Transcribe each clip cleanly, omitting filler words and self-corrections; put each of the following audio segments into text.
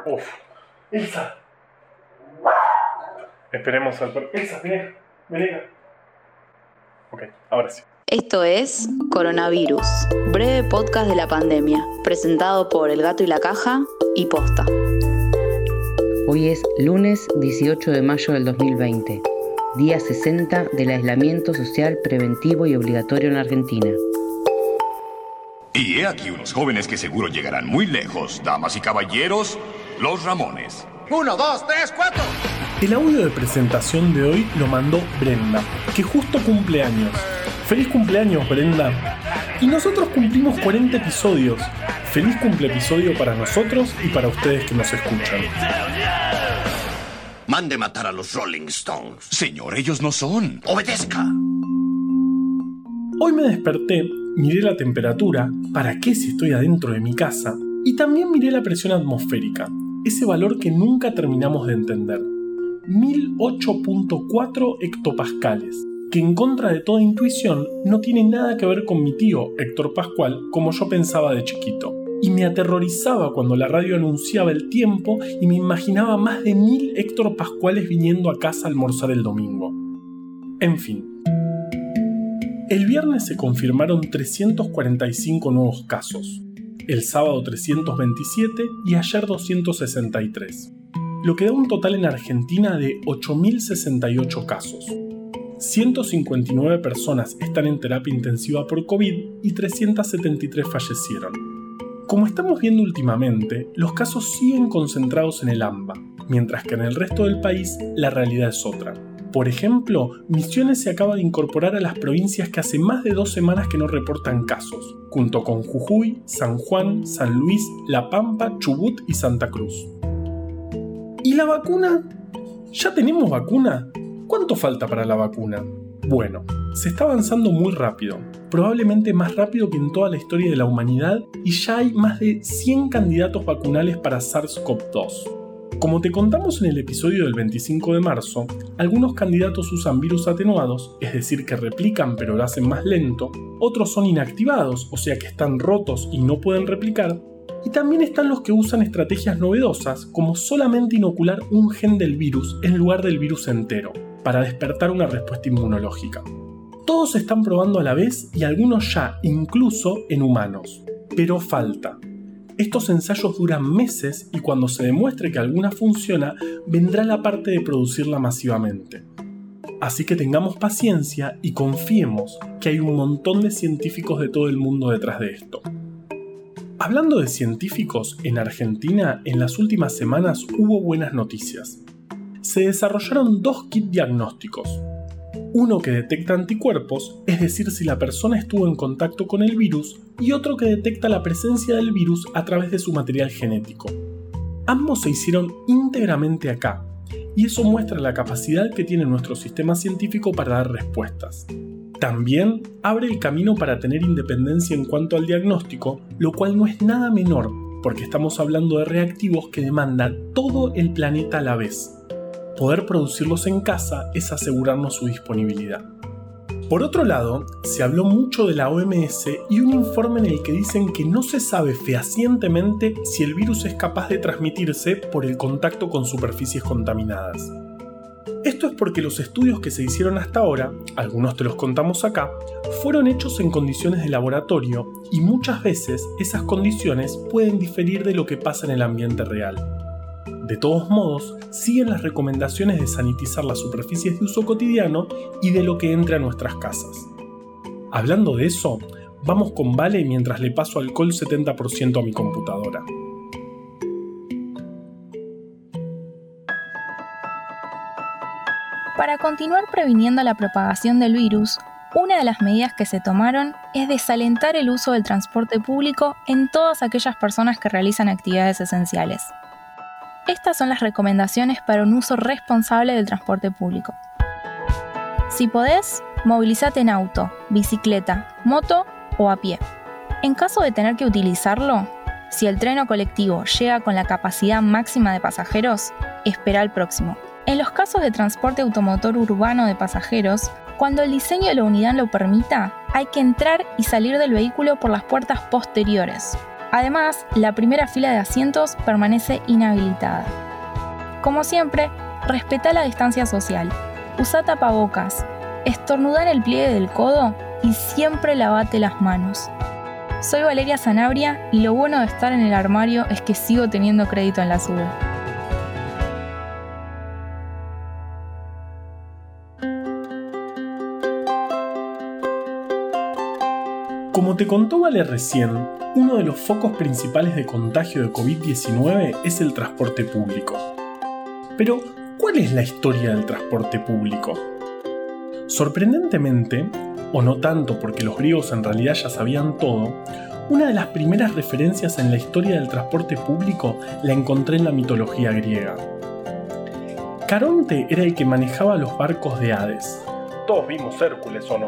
Uf. Elsa. Esperemos al perro. Elsa, ven acá. Ok, ahora sí. Esto es Coronavirus, breve podcast de la pandemia, presentado por El Gato y la Caja y Posta. Hoy es lunes 18 de mayo del 2020, día 60 del aislamiento social preventivo y obligatorio en Argentina. Y he aquí unos jóvenes que seguro llegarán muy lejos. Damas y caballeros, los Ramones. 1, 2, 3, 4. El audio de presentación de hoy lo mandó Brenda, que justo cumple años. ¡Feliz cumpleaños, Brenda! Y nosotros cumplimos 40 episodios. ¡Feliz cumple episodio para nosotros y para ustedes que nos escuchan! Mande matar a los Rolling Stones. Señor, ellos no son. ¡Obedezca! Hoy me desperté, miré la temperatura, ¿para qué si estoy adentro de mi casa? Y también miré la presión atmosférica, ese valor que nunca terminamos de entender. 1008.4 hectopascales, que en contra de toda intuición no tiene nada que ver con mi tío Héctor Pascual como yo pensaba de chiquito. Y me aterrorizaba cuando la radio anunciaba el tiempo y me imaginaba más de 1000 Héctor Pascuales viniendo a casa a almorzar el domingo. En fin. El viernes se confirmaron 345 nuevos casos, el sábado 327 y ayer 263, lo que da un total en Argentina de 8.068 casos. 159 personas están en terapia intensiva por COVID y 373 fallecieron. Como estamos viendo últimamente, los casos siguen concentrados en el AMBA, mientras que en el resto del país la realidad es otra. Por ejemplo, Misiones se acaba de incorporar a las provincias que hace más de 2 semanas que no reportan casos, junto con Jujuy, San Juan, San Luis, La Pampa, Chubut y Santa Cruz. ¿Y la vacuna? ¿Ya tenemos vacuna? ¿Cuánto falta para la vacuna? Bueno, se está avanzando muy rápido, probablemente más rápido que en toda la historia de la humanidad, y ya hay más de 100 candidatos vacunales para SARS-CoV-2. Como te contamos en el episodio del 25 de marzo, algunos candidatos usan virus atenuados, es decir, que replican pero lo hacen más lento, otros son inactivados, o sea que están rotos y no pueden replicar, y también están los que usan estrategias novedosas, como solamente inocular un gen del virus en lugar del virus entero, para despertar una respuesta inmunológica. Todos se están probando a la vez y algunos ya incluso en humanos, pero falta. Estos ensayos duran meses y cuando se demuestre que alguna funciona, vendrá la parte de producirla masivamente. Así que tengamos paciencia y confiemos que hay un montón de científicos de todo el mundo detrás de esto. Hablando de científicos, en Argentina en las últimas semanas hubo buenas noticias. Se desarrollaron 2 kits diagnósticos. Uno que detecta anticuerpos, es decir, si la persona estuvo en contacto con el virus, y otro que detecta la presencia del virus a través de su material genético. Ambos se hicieron íntegramente acá, y eso muestra la capacidad que tiene nuestro sistema científico para dar respuestas. También abre el camino para tener independencia en cuanto al diagnóstico, lo cual no es nada menor, porque estamos hablando de reactivos que demandan todo el planeta a la vez. Poder producirlos en casa es asegurarnos su disponibilidad. Por otro lado, se habló mucho de la OMS y un informe en el que dicen que no se sabe fehacientemente si el virus es capaz de transmitirse por el contacto con superficies contaminadas. Esto es porque los estudios que se hicieron hasta ahora, algunos te los contamos acá, fueron hechos en condiciones de laboratorio y muchas veces esas condiciones pueden diferir de lo que pasa en el ambiente real. De todos modos, siguen las recomendaciones de sanitizar las superficies de uso cotidiano y de lo que entre a nuestras casas. Hablando de eso, vamos con Vale mientras le paso alcohol 70% a mi computadora. Para continuar previniendo la propagación del virus, una de las medidas que se tomaron es desalentar el uso del transporte público en todas aquellas personas que realizan actividades esenciales. Estas son las recomendaciones para un uso responsable del transporte público. Si podés, movilízate en auto, bicicleta, moto o a pie. En caso de tener que utilizarlo, si el tren o colectivo llega con la capacidad máxima de pasajeros, espera al próximo. En los casos de transporte automotor urbano de pasajeros, cuando el diseño de la unidad lo permita, hay que entrar y salir del vehículo por las puertas posteriores. Además, la primera fila de asientos permanece inhabilitada. Como siempre, respetá la distancia social, usá tapabocas, estornudá en el pliegue del codo y siempre lavate las manos. Soy Valeria Sanabria y lo bueno de estar en el armario es que sigo teniendo crédito en la SUBE. Como te contó Vale recién, uno de los focos principales de contagio de COVID-19 es el transporte público. Pero, ¿cuál es la historia del transporte público? Sorprendentemente, o no tanto porque los griegos en realidad ya sabían todo, una de las primeras referencias en la historia del transporte público la encontré en la mitología griega. Caronte era el que manejaba los barcos de Hades. Todos vimos Hércules, ¿o no?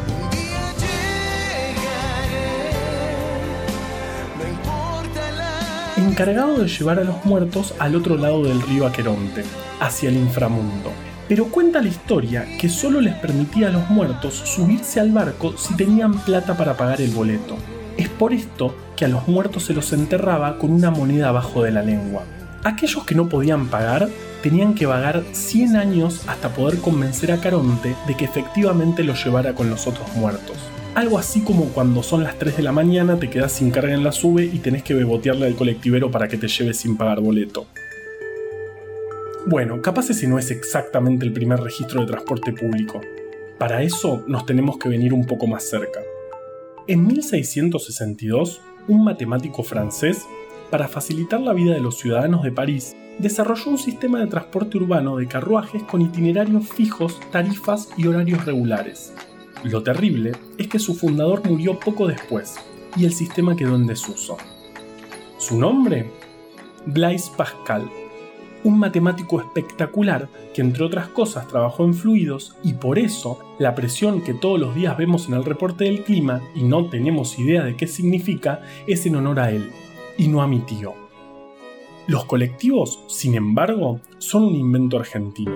Encargado de llevar a los muertos al otro lado del río Aqueronte, hacia el inframundo. Pero cuenta la historia que solo les permitía a los muertos subirse al barco si tenían plata para pagar el boleto. Es por esto que a los muertos se los enterraba con una moneda abajo de la lengua. Aquellos que no podían pagar tenían que vagar 100 años hasta poder convencer a Caronte de que efectivamente los llevara con los otros muertos. Algo así como cuando son las 3 de la mañana, te quedás sin carga en la SUBE y tenés que bebotearle al colectivero para que te lleve sin pagar boleto. Bueno, capaz ese no es exactamente el primer registro de transporte público. Para eso nos tenemos que venir un poco más cerca. En 1662, un matemático francés, para facilitar la vida de los ciudadanos de París, desarrolló un sistema de transporte urbano de carruajes con itinerarios fijos, tarifas y horarios regulares. Lo terrible es que su fundador murió poco después y el sistema quedó en desuso. ¿Su nombre? Blaise Pascal, un matemático espectacular que entre otras cosas trabajó en fluidos y por eso la presión que todos los días vemos en el reporte del clima y no tenemos idea de qué significa es en honor a él y no a mi tío. Los colectivos, sin embargo, son un invento argentino.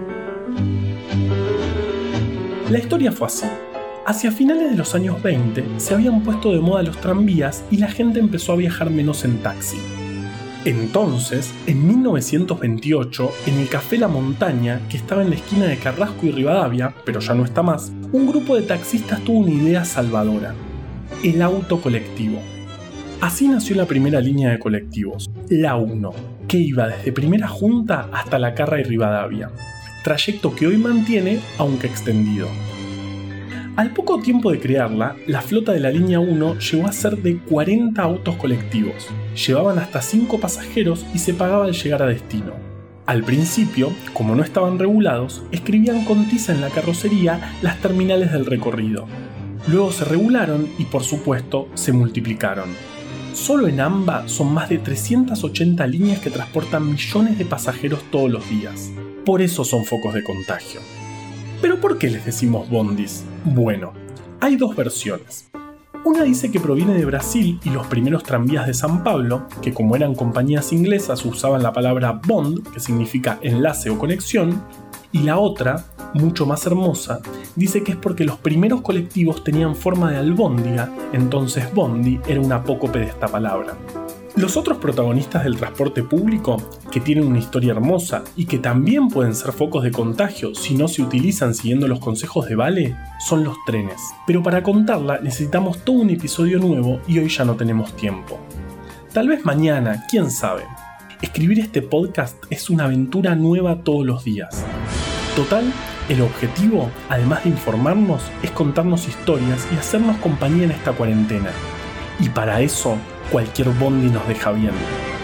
La historia fue así. Hacia finales de los años 20 se habían puesto de moda los tranvías y la gente empezó a viajar menos en taxi. Entonces, en 1928, en el Café La Montaña, que estaba en la esquina de Carrasco y Rivadavia, pero ya no está más, un grupo de taxistas tuvo una idea salvadora: el auto colectivo. Así nació la primera línea de colectivos, la 1, que iba desde Primera Junta hasta La Carra y Rivadavia, trayecto que hoy mantiene, aunque extendido. Al poco tiempo de crearla, la flota de la línea 1 llegó a ser de 40 autos colectivos. Llevaban hasta 5 pasajeros y se pagaba al llegar a destino. Al principio, como no estaban regulados, escribían con tiza en la carrocería las terminales del recorrido. Luego se regularon y, por supuesto, se multiplicaron. Solo en AMBA son más de 380 líneas que transportan millones de pasajeros todos los días. Por eso son focos de contagio. ¿Pero por qué les decimos bondis? Bueno, hay dos versiones. Una dice que proviene de Brasil y los primeros tranvías de San Pablo, que como eran compañías inglesas usaban la palabra bond, que significa enlace o conexión, y la otra, mucho más hermosa, dice que es porque los primeros colectivos tenían forma de albóndiga, entonces bondi era un apócope de esta palabra. Los otros protagonistas del transporte público, que tienen una historia hermosa y que también pueden ser focos de contagio si no se utilizan siguiendo los consejos de Vale, son los trenes. Pero para contarla necesitamos todo un episodio nuevo y hoy ya no tenemos tiempo. Tal vez mañana, quién sabe. Escribir este podcast es una aventura nueva todos los días. Total, el objetivo, además de informarnos, es contarnos historias y hacernos compañía en esta cuarentena. Y para eso, cualquier bondi nos deja bien.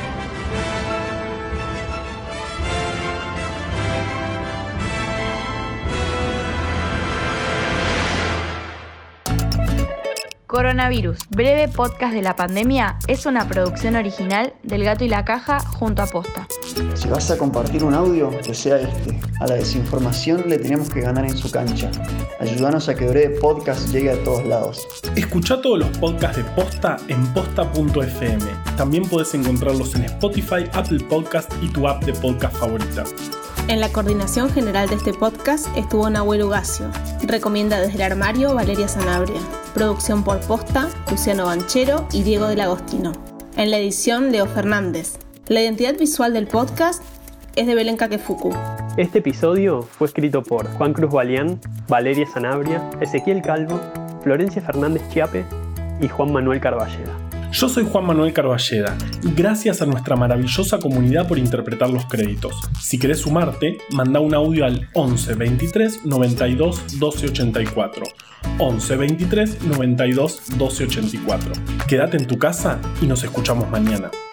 Coronavirus, breve podcast de la pandemia, es una producción original del Gato y la Caja junto a Posta. Si vas a compartir un audio, que sea este. A la desinformación le tenemos que ganar en su cancha. Ayúdanos a que Breve Podcast llegue a todos lados. Escuchá todos los podcasts de Posta en posta.fm. También podés encontrarlos en Spotify, Apple Podcast y tu app de podcast favorita. En la coordinación general de este podcast estuvo Nahuel Ugacio. Recomienda desde el armario Valeria Sanabria. Producción por Posta, Luciano Banchero y Diego del Agostino. En la edición, Leo Fernández. La identidad visual del podcast es de Belén Kakefuku. Este episodio fue escrito por Juan Cruz Balián, Valeria Sanabria, Ezequiel Calvo, Florencia Fernández Chiape y Juan Manuel Carballeda. Yo soy Juan Manuel Carballeda. Gracias a nuestra maravillosa comunidad por interpretar los créditos. Si querés sumarte, manda un audio al 11 23 92 12 84. 11 23 92 12 84. Quédate en tu casa y nos escuchamos mañana.